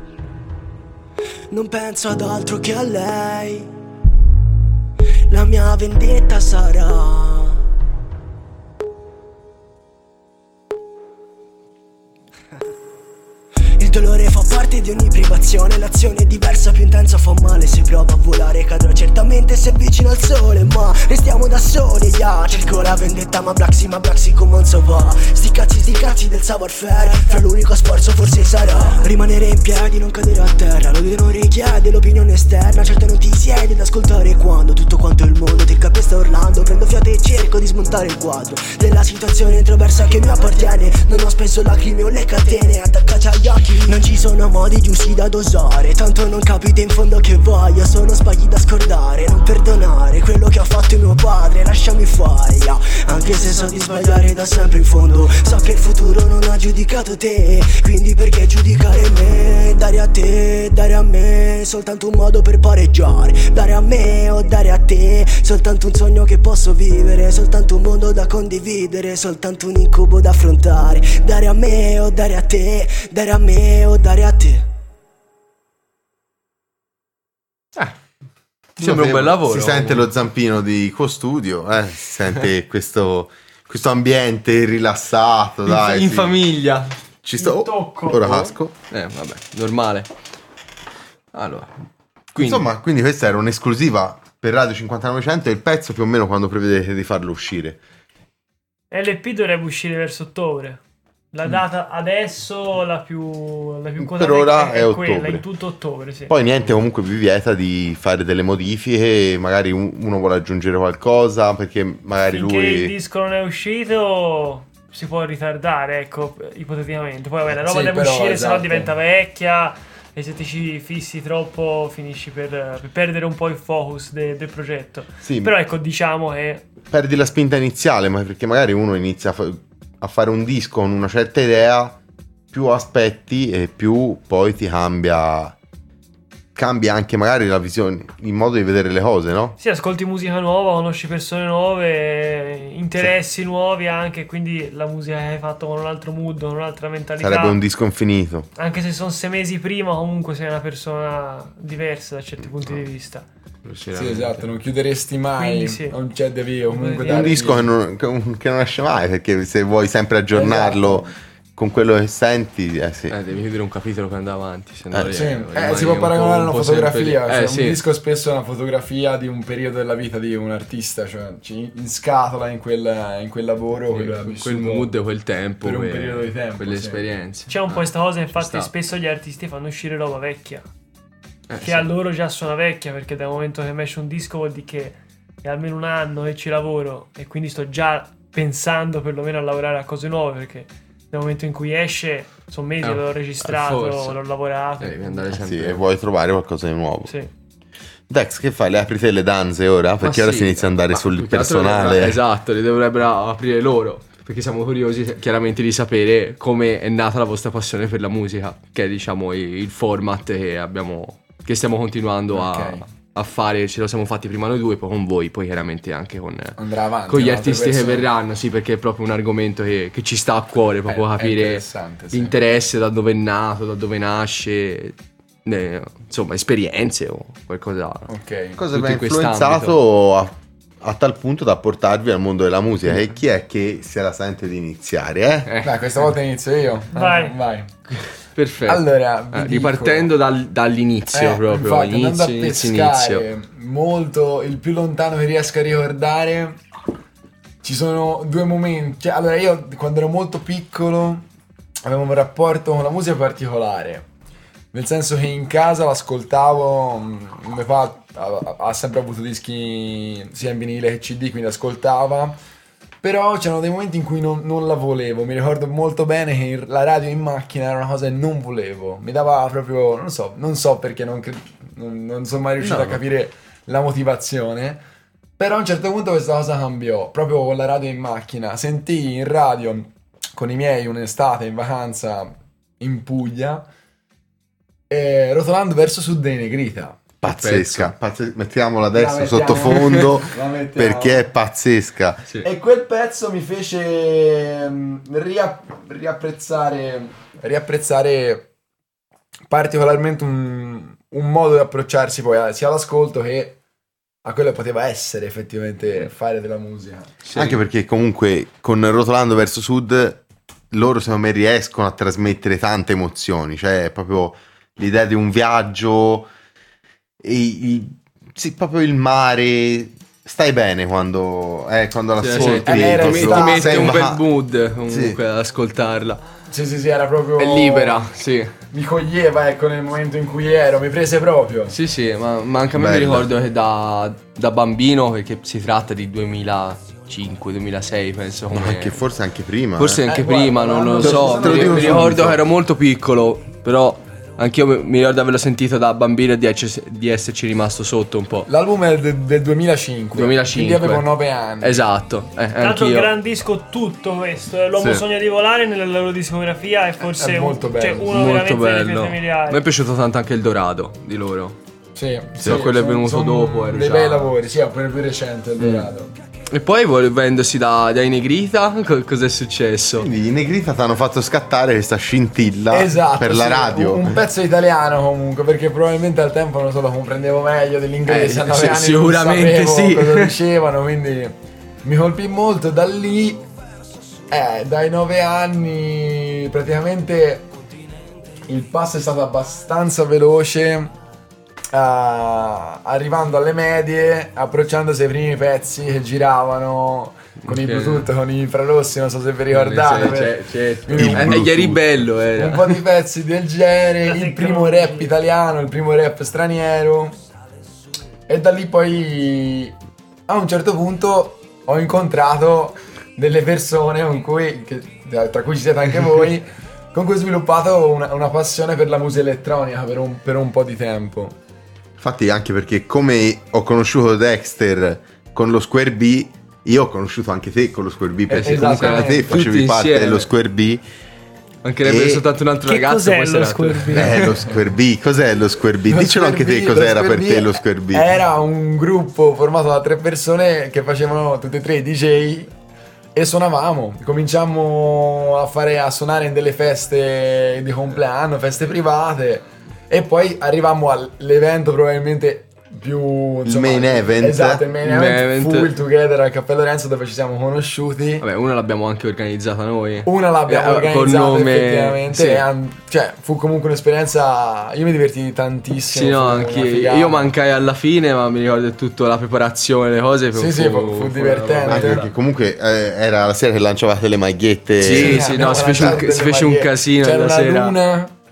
non penso ad altro che a lei. La mia vendetta sarà il dolore fa parte di ogni privazione. L'azione è diversa, più intensa, fa male. Se provo a volare cadrò certamente se vicino al sole. Ma restiamo da soli, yeah. Cerco la vendetta ma Blacksy come non so va. Sti cazzi del savoir-faire. Fra l'unico sforzo forse sarà rimanere in piedi, non cadere a terra. L'odio non richiede l'opinione esterna. Certo non ti siedi ad ascoltare quando tutto quanto il mondo ti capesta urlando. Prendo fiato e cerco di smontare il quadro della situazione introversa che mi appartiene. Non ho speso lacrime o le catene attaccate agli occhi. Non ci sono modi giusti da dosare. Tanto non capite in fondo che voglio. Sono sbagli da scordare. Non perdonare quello che ha fatto mio padre. Lasciami fare, yeah. Anche se so di sbagliare da sempre in fondo. So che il futuro non ha giudicato te. Quindi perché giudicare me? Dare a te, dare a me. Soltanto un modo per pareggiare. Dare a me o dare a te. Soltanto un sogno che posso vivere. Soltanto un mondo da condividere. Soltanto un incubo da affrontare. Dare a me o dare a te. Dare a me o dare a te. Sembra un bel lavoro. Si sente lo zampino di Quo Studio, si sente questo ambiente rilassato, dai. In sì. famiglia. Ci sto. tocco. Ora casco. Vabbè, normale. Allora, quindi Insomma, quindi questa era un'esclusiva per Radio 5900. E il pezzo più o meno quando prevedete di farlo uscire? LP dovrebbe uscire verso ottobre. La data adesso la più quotata Per ora è quella, ottobre. in tutto ottobre, sì. Poi niente, comunque vi vieta di fare delle modifiche, magari uno vuole aggiungere qualcosa perché magari Finché il lui... disco non è uscito si può ritardare, ecco, ipoteticamente. Poi vabbè, la roba Sì, deve però, uscire, sennò esatto. diventa vecchia e se ti ci fissi troppo finisci per perdere un po' il focus del progetto. Sì, Però ecco, diciamo che perdi la spinta iniziale, ma perché magari uno inizia a fare un disco con una certa idea, più aspetti e più poi ti cambia anche magari la visione, il modo di vedere le cose, no? sì, ascolti musica nuova, conosci persone nuove, interessi nuovi anche, quindi la musica che hai fatto con un altro mood, con un'altra mentalità. Sarebbe un disco infinito. Anche se sono 6 mesi prima, comunque sei una persona diversa da certi punti di vista. Sì, esatto, non chiuderesti mai. Quindi sì. Non c'è devio. Comunque Un Un dare- disco che non esce mai, perché se vuoi sempre aggiornarlo con quello che senti, sì. devi chiudere un capitolo che andava avanti, se no Sì, rimani si può un paragonare a po' una un po' sempre fotografia. lì. Cioè, Sì. Un disco spesso è una fotografia di un periodo della vita di un artista, cioè ci inscatola in quel lavoro, quello che ha quel vissuto mood, quel tempo, per un periodo di tempo, quelle sì. esperienze. C'è un po' questa cosa, infatti sta. spesso gli artisti fanno uscire roba vecchia. che a loro già suona vecchia, perché dal momento che mi esce un disco vuol dire che è almeno un anno che ci lavoro e quindi sto già pensando perlomeno a lavorare a cose nuove, perché nel momento in cui esce sono mesi che l'ho registrato, l'ho lavorato. Devi andare sempre. Sì, e vuoi trovare qualcosa di nuovo. Sì. Dex, che fai? Le apri te le danze ora? Perché ora si inizia ad andare sul personale. Esatto, li dovrebbero aprire loro, perché siamo curiosi chiaramente di sapere come è nata la vostra passione per la musica, che è diciamo il format che stiamo continuando a fare. Ce lo siamo fatti prima noi due, poi con voi, poi chiaramente anche con gli artisti che verranno, sì, perché è proprio un argomento che ci sta a cuore, proprio capire l'interesse, da dove è nato, da dove nasce, insomma esperienze o qualcosa. Cosa vi ha influenzato a tal punto da portarvi al mondo della musica? E chi è che se la sente di iniziare? Dai, questa volta inizio io. Vai. Perfetto. Allora, ripartendo dall'inizio proprio, infatti, inizio. Molto, il più lontano che riesco a ricordare, ci sono due momenti. Cioè, allora, io quando ero molto piccolo avevo un rapporto con la musica particolare, nel senso che in casa l'ascoltavo. Mio padre ha sempre avuto dischi sia in vinile che CD, quindi ascoltava. Però c'erano dei momenti in cui non la volevo. Mi ricordo molto bene che la radio in macchina era una cosa che non volevo. Mi dava proprio, non so perché non sono mai riuscito a capire la motivazione. Però a un certo punto questa cosa cambiò, proprio con la radio in macchina. Sentii in radio con i miei un'estate in vacanza in Puglia, rotolando verso sud dei Negrita. Pazzesca, mettiamola adesso sottofondo perché è pazzesca. Sì. E quel pezzo mi fece riapprezzare particolarmente un modo di approcciarsi poi sia all'ascolto che a quello che poteva essere effettivamente fare della musica. Sì. Anche perché comunque con Rotolando verso sud loro secondo me riescono a trasmettere tante emozioni, cioè proprio l'idea di un viaggio. Sì, proprio il mare, stai bene quando l'ascolti, ti mette un bel mood comunque ad ascoltarla. Sì, era proprio è libera, sì. Mi coglieva, ecco, nel momento in cui ero, mi prese proprio. Sì, ma anche a me mi ricordo che da bambino, perché si tratta di 2005-2006 penso, che forse anche prima. Forse anche prima, non lo so. Mi ricordo che ero molto piccolo, però anch'io mi ricordo di averlo sentito da bambino e di esserci rimasto sotto un po'. L'album è del 2005. Quindi avevo 9 anni. Esatto. Tanto gran disco tutto questo. L'Uomo Sogna di volare nella loro discografia è forse molto bello. Uno molto veramente bello. familiare. A me è piaciuto tanto anche il Dorado di loro. Sì, quello è venuto dopo. Dei bei lavori, sì, è pure più recente il Dorado. E poi volvendosi dai Negrita, cos'è successo? Quindi i Negrita ti hanno fatto scattare questa scintilla per la radio. Un pezzo italiano comunque, perché probabilmente al tempo non so, lo comprendevo meglio dell'inglese. A 9 anni sicuramente non sapevo cosa sì. dicevano, quindi mi colpì molto. Da lì, dai 9 anni, praticamente il passo è stato abbastanza veloce. Arrivando alle medie, approcciandosi ai primi pezzi che giravano con i Bluetooth, con i infrarossi, non so se vi ricordate. Gli eri bello, un po' di pezzi del genere, il primo rap italiano, il primo rap straniero, e da lì poi a un certo punto ho incontrato delle persone tra cui ci siete anche voi, con cui ho sviluppato una passione per la musica elettronica per un po' di tempo. Infatti, anche perché come ho conosciuto Dexter con lo Square B, io ho conosciuto anche te con lo Square B, perché comunque da te facevi parte dello Square B. Mancherebbe soltanto un altro ragazzo. Cos'è lo Square B? Lo Square B, cos'è lo Square B? Dicelo anche te cos'era per te lo Square B. Era un gruppo formato da 3 persone che facevano tutte e 3 DJ e suonavamo. Cominciammo a suonare in delle feste di compleanno, feste private. E poi arrivammo all'evento probabilmente più, insomma, il main event. Esatto, il main event Full Together al Cappello Renzo, dove ci siamo conosciuti. Vabbè, una l'abbiamo anche organizzata noi. Una l'abbiamo organizzata col nome, effettivamente, cioè fu comunque un'esperienza, io mi divertii tantissimo. Sì, no, anche io mancai alla fine, ma mi ricordo tutta la preparazione, le cose. Fu divertente. Anche perché comunque era la sera che lanciavate le magliette. Sì, no, si fece un casino. C'era la una sera. luna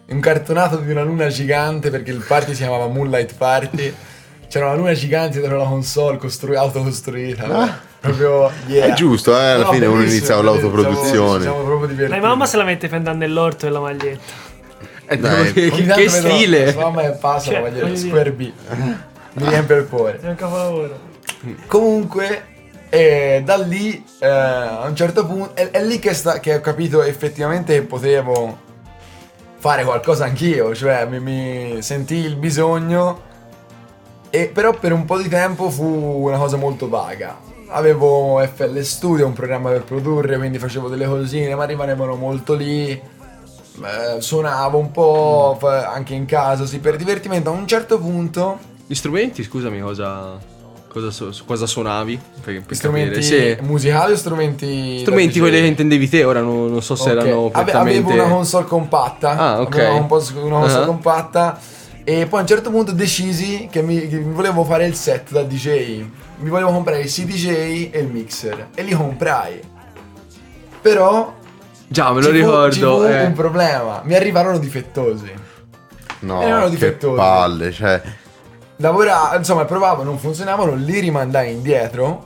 un cartonato di una luna gigante, perché il party si chiamava Moonlight Party. C'era una luna gigante dentro la console autocostruita. Proprio, yeah. È giusto, alla fine uno inizia con l'autoproduzione. Siamo proprio divertiti. La mamma se la mette fendendo nell'orto e la maglietta. Che stile! Mamma e passa Cioè, la maglietta voglio Square B. Mi riempie il cuore. È un capolavoro. Comunque, da lì a un certo punto è lì che ho capito effettivamente che potevo fare qualcosa anch'io, cioè mi sentii il bisogno, però per un po' di tempo fu una cosa molto vaga. Avevo FL Studio, un programma per produrre, quindi facevo delle cosine, ma rimanevano molto lì. Suonavo un po' anche in casa, sì, per divertimento. A un certo punto Gli strumenti, scusami, cosa suonavi? Per strumenti capire. Sì. musicali o strumenti Strumenti quelli che intendevi te, ora non so se erano prettamente... Avevo una console compatta. Ah, ok. Avevo una console compatta. E poi a un certo punto decisi che mi volevo fare il set da DJ. Mi volevo comprare il CDJ e il mixer. E li comprai. Però Già, me lo ci ricordo. fu un problema. Mi arrivarono difettosi. No, erano che difettosi. palle, cioè... Insomma, provavo, non funzionavano, li rimandai indietro.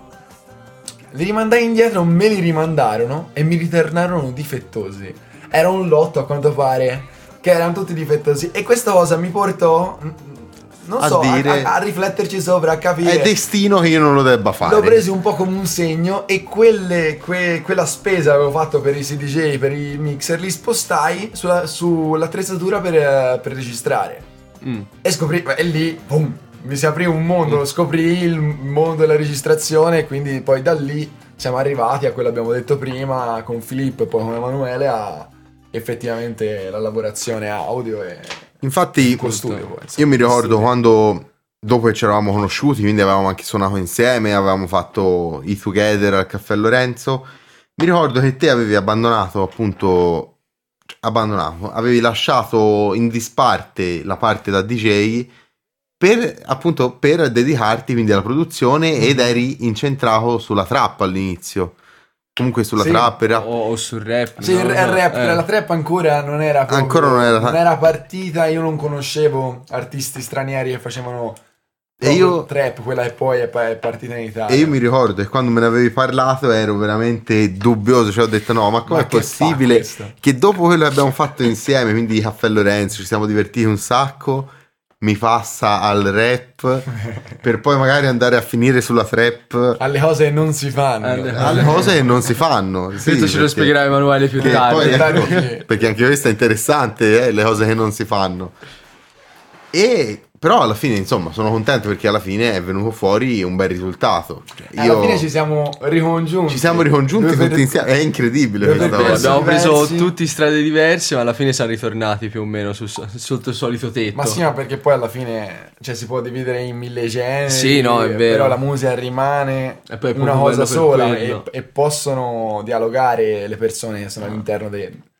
Me li rimandarono e mi ritornarono difettosi. Era un lotto, a quanto pare, che erano tutti difettosi. E questa cosa mi portò, non A so, dire- a rifletterci sopra, a capire. È destino che io non lo debba fare. L'ho presi un po' come un segno e quella spesa che avevo fatto per i CDJ, per i mixer, li spostai sull'attrezzatura per registrare. E scoprì, e lì, boom, mi si aprì un mondo, scoprì il mondo della registrazione, e quindi poi da lì siamo arrivati a quello che abbiamo detto prima con Filippo e poi con Emanuele, a effettivamente la lavorazione audio e Infatti, con studio. Poi, io mi ricordo quando, dopo che ci eravamo conosciuti, quindi avevamo anche suonato insieme, avevamo fatto i Together al Caffè Lorenzo, mi ricordo che te avevi avevi lasciato in disparte la parte da DJ per dedicarti quindi alla produzione ed eri incentrato sulla trap all'inizio. Comunque sulla Sì. trap, il rap. O sul rap. Sì, no? il rap, la trap ancora non era proprio- Ancora non era- partita, io non conoscevo artisti stranieri che facevano E io- trap, quella che poi è partita in Italia. E io mi ricordo che quando me ne avevi parlato ero veramente dubbioso, cioè ho detto no, ma com'è Ma che possibile fa questo? che dopo quello che abbiamo fatto insieme, quindi Caffè Lorenzo, ci siamo divertiti un sacco, mi passa al rap per poi magari andare a finire sulla trap, Alle cose che non si fanno. alle cose che non si fanno. Sì, Questo ce lo perché- spiegherà Emanuele più che tardi. poi- Tardi. perché anche questo è interessante, le cose che non si fanno. E però alla fine, insomma, sono contento perché alla fine è venuto fuori un bel risultato. Cioè, Alla fine ci siamo ricongiunti. Due tutti insieme, è incredibile due questa per- cosa. Abbiamo preso diversi. tutti strade diverse, ma alla fine siamo ritornati più o meno sotto il solito tetto. Ma sì, ma perché poi alla fine, cioè, si può dividere in 1000 generi. Sì, no, è vero. Però la musica rimane E poi è una proprio cosa bello per sola quello. e possono dialogare le persone che sono all'interno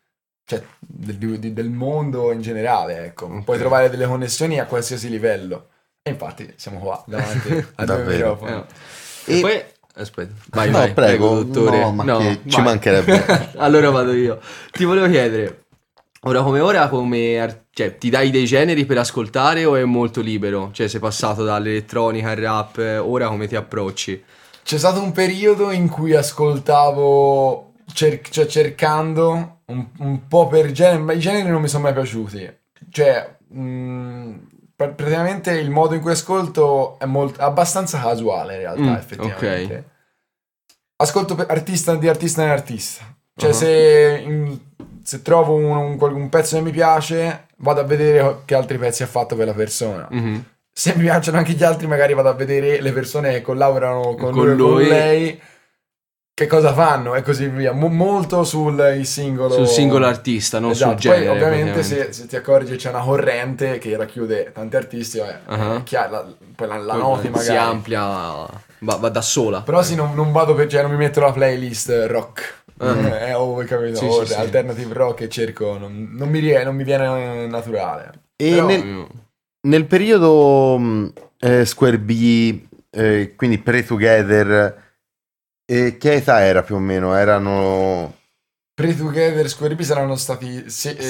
del mondo in generale, ecco. Puoi trovare delle connessioni a qualsiasi livello. E infatti siamo qua davanti a due Davvero. microfoni. E poi aspetta, vai, No, vai, prego, dottore. no, ma che ci vai. mancherebbe. Allora vado io. Ti volevo chiedere, ora cioè, ti dai dei generi per ascoltare o è molto libero? Cioè, sei passato dall'elettronica al rap, ora come ti approcci? C'è stato un periodo in cui ascoltavo cercando un po' per genere, ma i generi non mi sono mai piaciuti. Cioè, praticamente il modo in cui ascolto è abbastanza casuale in realtà, effettivamente. ok. Ascolto artista in artista. Cioè, Uh-huh. se trovo un pezzo che mi piace, vado a vedere che altri pezzi ha fatto quella persona. Mhm. Se mi piacciono anche gli altri, magari vado a vedere le persone che collaborano con Con lui o lui. con lei, che cosa fanno e così via. Molto sul singolo. Sul singolo artista, non Esatto. sul genere. Poi ovviamente praticamente. se ti accorgi che c'è una corrente che racchiude tanti artisti, Uh-huh. è chiaro, poi la Poi noti si magari. amplia, va da sola. Però sì, non vado non mi metto la playlist rock. Capito? Sì, O sì, sì. alternative rock e cerco, non mi viene naturale. E Però- nel periodo Square B, quindi pre-Together, che età era più o meno? Erano Pre-Together Square B saranno stati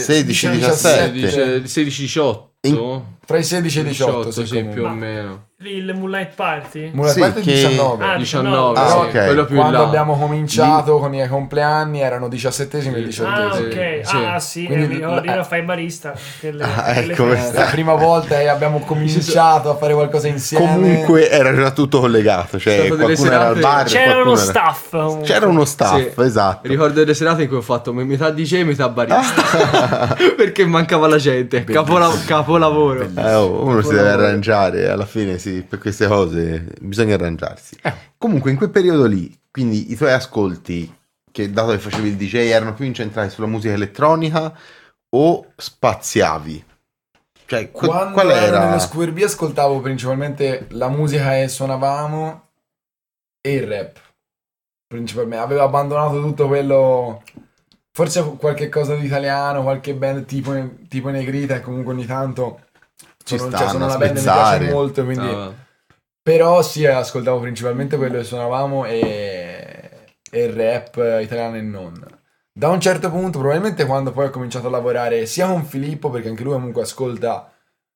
16-17. 16-18. Tra i 16 e i 18, sì, comunque. più o meno. Il Moonlight Party? Moonlight Sì, Party che- 19. Ah, 19, Ah, sì, ok. quello più Quando là. abbiamo cominciato con i compleanni erano 17esimi e 18esimi. Ah, ok. Sì. Ah, sì, Quindi io fai barista. ecco, La prima volta abbiamo cominciato a fare qualcosa insieme. Comunque era già tutto collegato, cioè Stato delle qualcuno era al serate- bar, C'era qualcuno uno era- staff. comunque. C'era uno staff, Sì. esatto. Ricordo delle serate in cui ho fatto metà DJ, metà barista. Perché mancava la gente. Capolavoro. Uno si deve arrangiare, alla fine sì, per queste cose bisogna arrangiarsi. Comunque in quel periodo lì, quindi i tuoi ascolti, che dato che facevi il DJ, erano più incentrati sulla musica elettronica o spaziavi? Cioè, Quando qual ero era? nello Square B ascoltavo principalmente la musica che suonavamo e il rap. Principalmente avevo abbandonato tutto quello. Forse qualche cosa di italiano, qualche band tipo Negrita, e comunque ogni tanto sono stanno una a band che mi spezzare. piace molto, quindi Ah, però sì, ascoltavo principalmente quello che suonavamo e il rap italiano e non. Da un certo punto, probabilmente quando poi ho cominciato a lavorare sia con Filippo, perché anche lui comunque ascolta,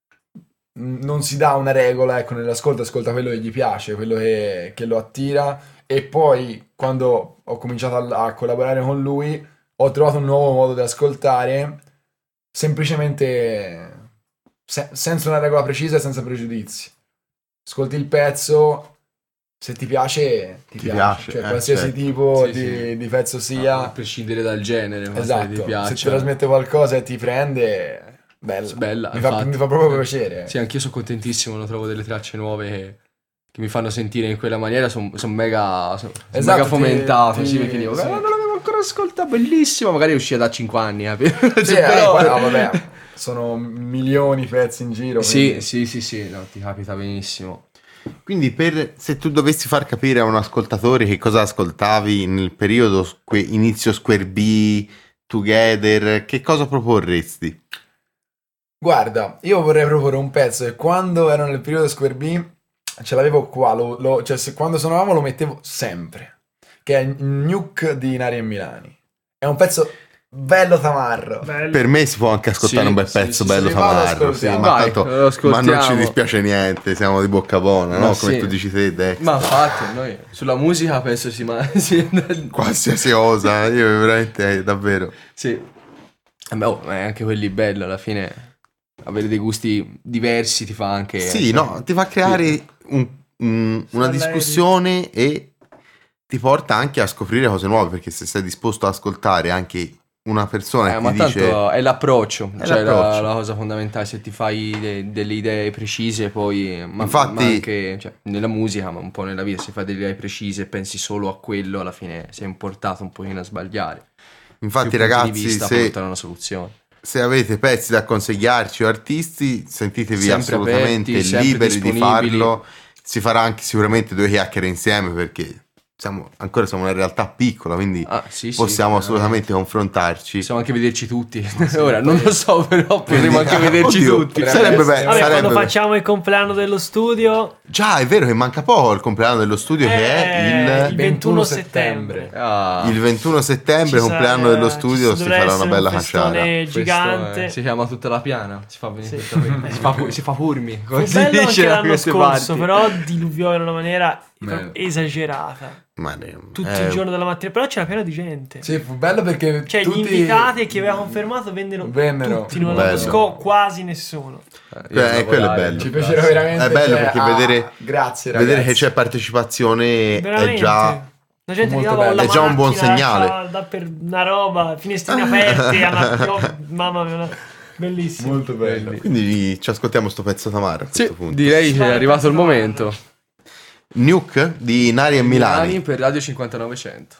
non si dà una regola, ecco, nell'ascolto ascolta quello che gli piace, quello che lo attira, e poi quando ho cominciato a collaborare con lui ho trovato un nuovo modo di ascoltare, semplicemente senza una regola precisa e senza pregiudizi. Ascolti il pezzo, se ti piace, ti piace. Cioè, qualsiasi certo. tipo Sì, di pezzo sia, a prescindere dal genere, ma se esatto. ti Se piace. ti trasmette qualcosa e ti prende, bella. Bella, mi fa infatti. proprio piacere. Sì, anch'io sono contentissimo, non trovo delle tracce nuove che mi fanno sentire in quella maniera, sono mega, Esatto, mega fomentato, ti- sì, perché dico, sì. non l'avevo ancora ascoltato, bellissimo, magari è uscita da 5 anni, capito? Sì, Però- no, vabbè, sono milioni di pezzi in giro. sì, quindi- sì, no, ti capita benissimo. Quindi se tu dovessi far capire a un ascoltatore che cosa ascoltavi nel periodo inizio Square B, Together, che cosa proporresti? Guarda, io vorrei proporre un pezzo che quando ero nel periodo Square B ce l'avevo qua, cioè quando suonavamo lo mettevo sempre, che è Nuke di Nari e Milani. È un pezzo bello tamarro. Bello. Per me si può anche ascoltare Sì, un bel sì, pezzo sì, bello sì, vado ad tamarro, sì, ascoltiamo. ma, Vai, tanto, lo ma ascoltiamo. non ci dispiace niente, siamo di bocca buona, no? Ma Come sì. tu dici te, Dex. Ma infatti, noi sulla musica penso sì. Qualsiasi cosa, io veramente, davvero. Sì. Ma anche quelli belli alla fine. Avere dei gusti diversi ti fa anche. Sì, no, ti fa creare una discussione e ti porta anche a scoprire cose nuove, perché se sei disposto ad ascoltare anche una persona che Ma ti tanto dice è l'approccio, È cioè l'approccio. la cosa fondamentale, se ti fai delle idee precise poi, ma Infatti- anche cioè, nella musica, ma un po' nella vita, se fai delle idee precise e pensi solo a quello, alla fine sei portato un pochino a sbagliare. infatti Più punti di ragazzi, vista portano a una soluzione. se avete pezzi da consigliarci o artisti, sentitevi Sempre assolutamente aperti, sempre liberi di disponibili. farlo. Si farà anche sicuramente 2 chiacchiere insieme, perché siamo una realtà piccola, quindi Ah, sì, possiamo veramente. assolutamente confrontarci. Possiamo anche vederci tutti. Ora non lo so, però potremo anche vederci Oddio, tutti. sarebbe bello. Vabbè, sarebbe quando facciamo il compleanno dello studio Già, è vero che manca poco il compleanno dello studio, che è il 21 settembre. Ah, il 21 settembre, Ci compleanno sarà- dello studio, ci si dovrà farà essere una bella un festone cacciara. gigante. si chiama tutta la piana. Si fa venire Sì. si fa purmi. Fu Come si bello dice anche da l'anno queste scorso, parti. però diluviò in una maniera Bello. esagerata. Tutto Eh, il giorno della mattina, però c'era pieno di gente. Sì, fu bello perché Cioè, tutti... gli invitati che aveva confermato vennero tutti, non Bello. conosco quasi nessuno. quello è bello. Ci piaceva veramente. È bello cioè, perché grazie ragazzi. vedere che c'è partecipazione Veramente. è già La gente molto arrivava con bello. la È già un buon macchina, segnale. lasciava da per una roba, finestrini aperti, mamma mia, bellissimo. Molto bello. quindi ci ascoltiamo sto pezzo Tamara a questo Sì, punto. direi che è Vai, arrivato il vai. momento. Nuke di Nari e Milani. Per Radio 5900.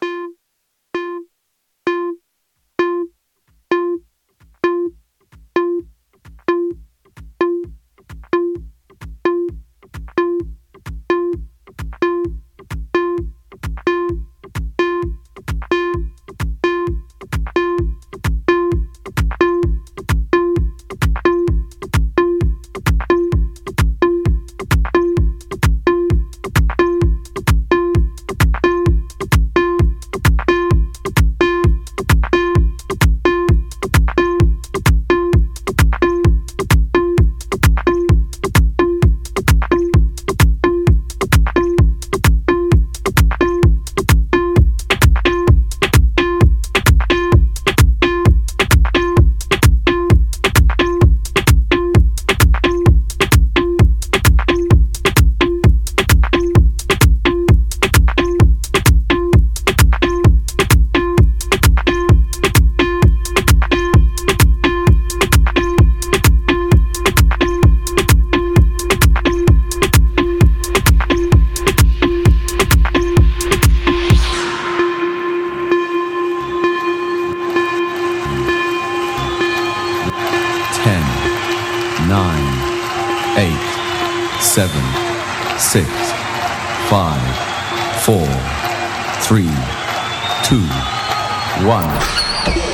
6, 5, 4, 3, 2, 1.